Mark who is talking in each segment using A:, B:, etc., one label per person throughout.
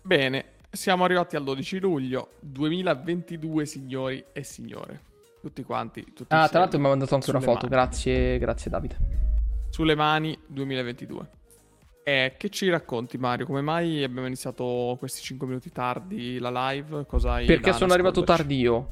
A: Bene, siamo arrivati al 12 luglio 2022, signori e signore. Tutti quanti, tutti
B: Tra
A: insieme.
B: l'altro mi ha mandato anche una
A: Sulle
B: foto.
A: mani.
B: Grazie Davide.
A: Sulle mani 2022. Che ci racconti, Mario? Come mai abbiamo iniziato questi 5 minuti tardi la live? Cosa hai
B: Perché
A: da
B: sono arrivato
A: nasconderci?
B: tardi io.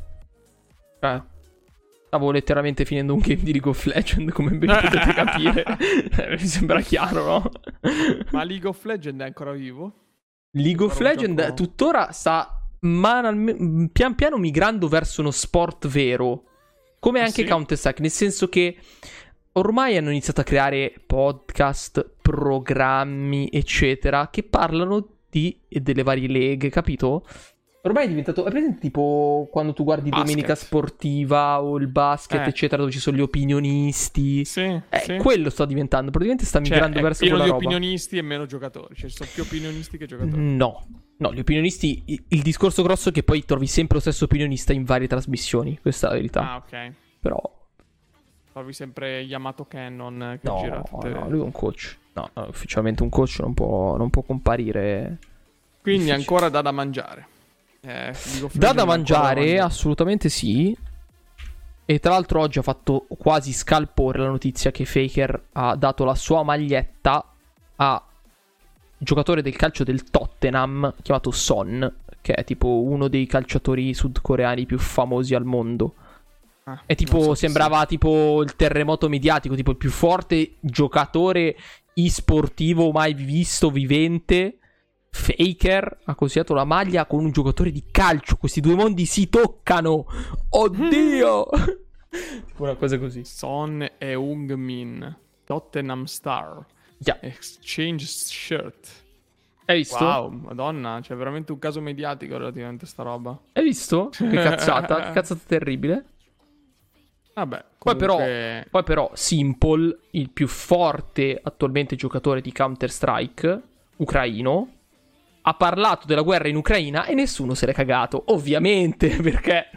B: Stavo letteralmente finendo un game di League of Legends, come ben potete capire. Mi sembra chiaro, no?
A: Ma League of Legends è ancora vivo?
B: League of
A: Ancora un
B: Legends
A: gioco-
B: tuttora sta pian piano migrando verso uno sport vero. Come anche
A: sì?
B: Counter-Strike, nel senso che ormai hanno iniziato a creare podcast, programmi, eccetera, che parlano delle varie leghe, capito? Ormai è diventato. È presente tipo quando tu guardi
A: Basket.
B: Domenica Sportiva o il basket, eccetera, dove ci sono gli opinionisti.
A: Sì, sì.
B: Quello sta diventando. Praticamente sta migrando
A: Cioè, è
B: verso
A: pieno
B: quella
A: di
B: roba.
A: opinionisti e meno giocatori. Cioè, ci sono più opinionisti che giocatori.
B: No, gli opinionisti. Il discorso grosso è che poi trovi sempre lo stesso opinionista in varie trasmissioni. Questa è la verità.
A: Ah, ok.
B: Però.
A: Trovi sempre Yamato Cannon che gira tutte
B: No, lui è un coach. No, ufficialmente un coach non può comparire.
A: Quindi
B: Difficile.
A: ancora da mangiare. League of
B: Da
A: Legends ancora
B: mangiare, assolutamente sì. E tra l'altro oggi ha fatto quasi scalpore la notizia che Faker ha dato la sua maglietta a giocatore del calcio del Tottenham chiamato Son, che è tipo uno dei calciatori sudcoreani più famosi al mondo. E tipo
A: non so chi
B: sembrava tipo il terremoto mediatico, tipo il più forte giocatore e-sportivo mai visto, vivente. Faker ha consigliato la maglia con un giocatore di calcio. Questi due mondi si toccano. Oddio! Tipo una cosa così.
A: Son Heung-min, Tottenham Star.
B: Yeah.
A: Exchange shirt.
B: Hai visto?
A: Wow, madonna, c'è veramente un caso mediatico relativamente a sta roba.
B: Hai visto? Che cazzata. Che cazzata terribile.
A: Vabbè,
B: Poi
A: comunque...
B: però Simple, il più forte attualmente giocatore di Counter-Strike ucraino, ha parlato della guerra in Ucraina e nessuno se l'è cagato. Ovviamente, perché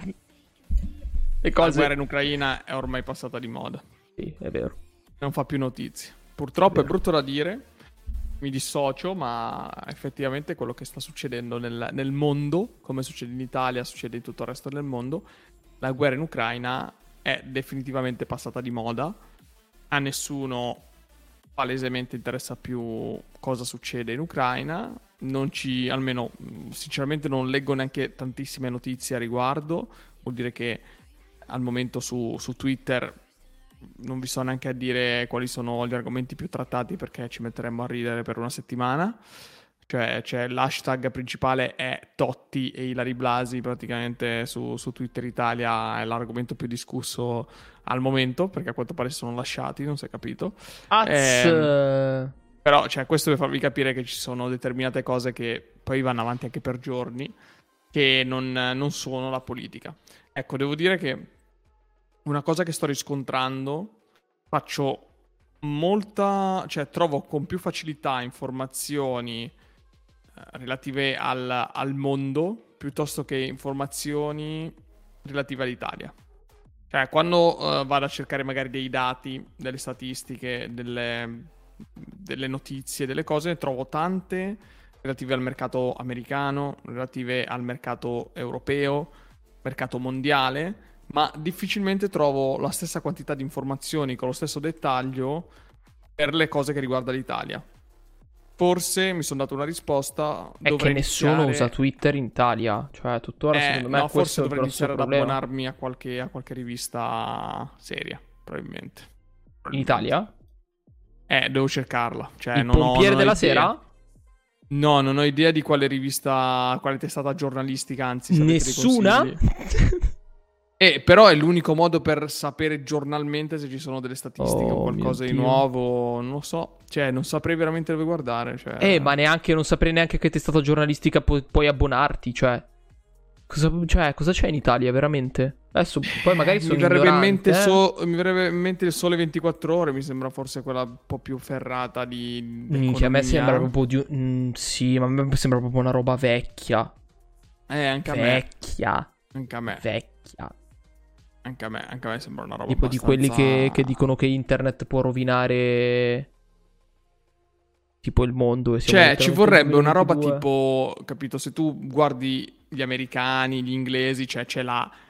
B: le
A: La
B: cose...
A: guerra in Ucraina è ormai passata di moda.
B: Sì, è vero.
A: Non fa più notizie. Purtroppo è
B: Vero.
A: brutto da dire. Mi dissocio, ma effettivamente quello che sta succedendo nel mondo, come succede in Italia, succede in tutto il resto del mondo, la guerra in Ucraina è definitivamente passata di moda. A nessuno palesemente interessa più cosa succede in Ucraina. Almeno sinceramente non leggo neanche tantissime notizie a riguardo. Vuol dire che al momento su Twitter non vi so neanche a dire quali sono gli argomenti più trattati, perché ci metteremmo a ridere per una settimana. Cioè l'hashtag principale è Totti e Ilari Blasi, praticamente su Twitter Italia è l'argomento più discusso al momento, perché a quanto pare si sono lasciati, non si è capito. Però cioè, questo per farvi capire che ci sono determinate cose che poi vanno avanti anche per giorni, che non sono la politica. Ecco, devo dire che una cosa che sto riscontrando, faccio cioè trovo con più facilità informazioni relative al mondo piuttosto che informazioni relative all'Italia. Cioè, quando vado a cercare magari dei dati, delle statistiche, delle notizie, delle cose, ne trovo tante relative al mercato americano, relative al mercato europeo, mercato mondiale, ma difficilmente trovo la stessa quantità di informazioni con lo stesso dettaglio per le cose che riguardano l'Italia. Forse mi sono dato una risposta.
B: È che nessuno usa Twitter in Italia. Cioè, tuttora secondo me
A: no, forse
B: questo è il
A: dovrei
B: grosso
A: iniziare ad
B: problema.
A: abbonarmi a qualche rivista seria, probabilmente.
B: In Italia?
A: Devo cercarla. Cioè,
B: Il
A: non ho
B: pompiere della
A: idea.
B: sera?
A: No, non ho idea di quale rivista, quale testata giornalistica, anzi, se avete dei
B: Nessuna?
A: consigli. Però è l'unico modo per sapere giornalmente se ci sono delle statistiche o
B: Oh,
A: qualcosa
B: mio
A: di
B: Dio.
A: nuovo. Non lo so. Cioè, non saprei veramente dove guardare. Cioè...
B: Ma neanche, non saprei neanche che testata giornalistica puoi abbonarti, cioè. Cosa c'è in Italia, veramente? Adesso, poi magari sono
A: mi verrebbe in mente
B: ignorante,
A: mi verrebbe in mente il Sole 24 Ore, mi sembra forse quella un po' più ferrata di
B: Minchia, a me
A: economia.
B: sembra proprio di... sì, ma a me sembra proprio una roba vecchia.
A: Anche a me.
B: Vecchia.
A: Anche a me.
B: Vecchia.
A: Anche a me sembra una roba
B: Tipo di quelli
A: abbastanza...
B: che dicono che internet può rovinare tipo il mondo e siamo
A: Cioè, ci
B: letteralmente nel
A: vorrebbe una roba
B: 2022.
A: tipo, capito, se tu guardi gli americani, gli inglesi, cioè c'è la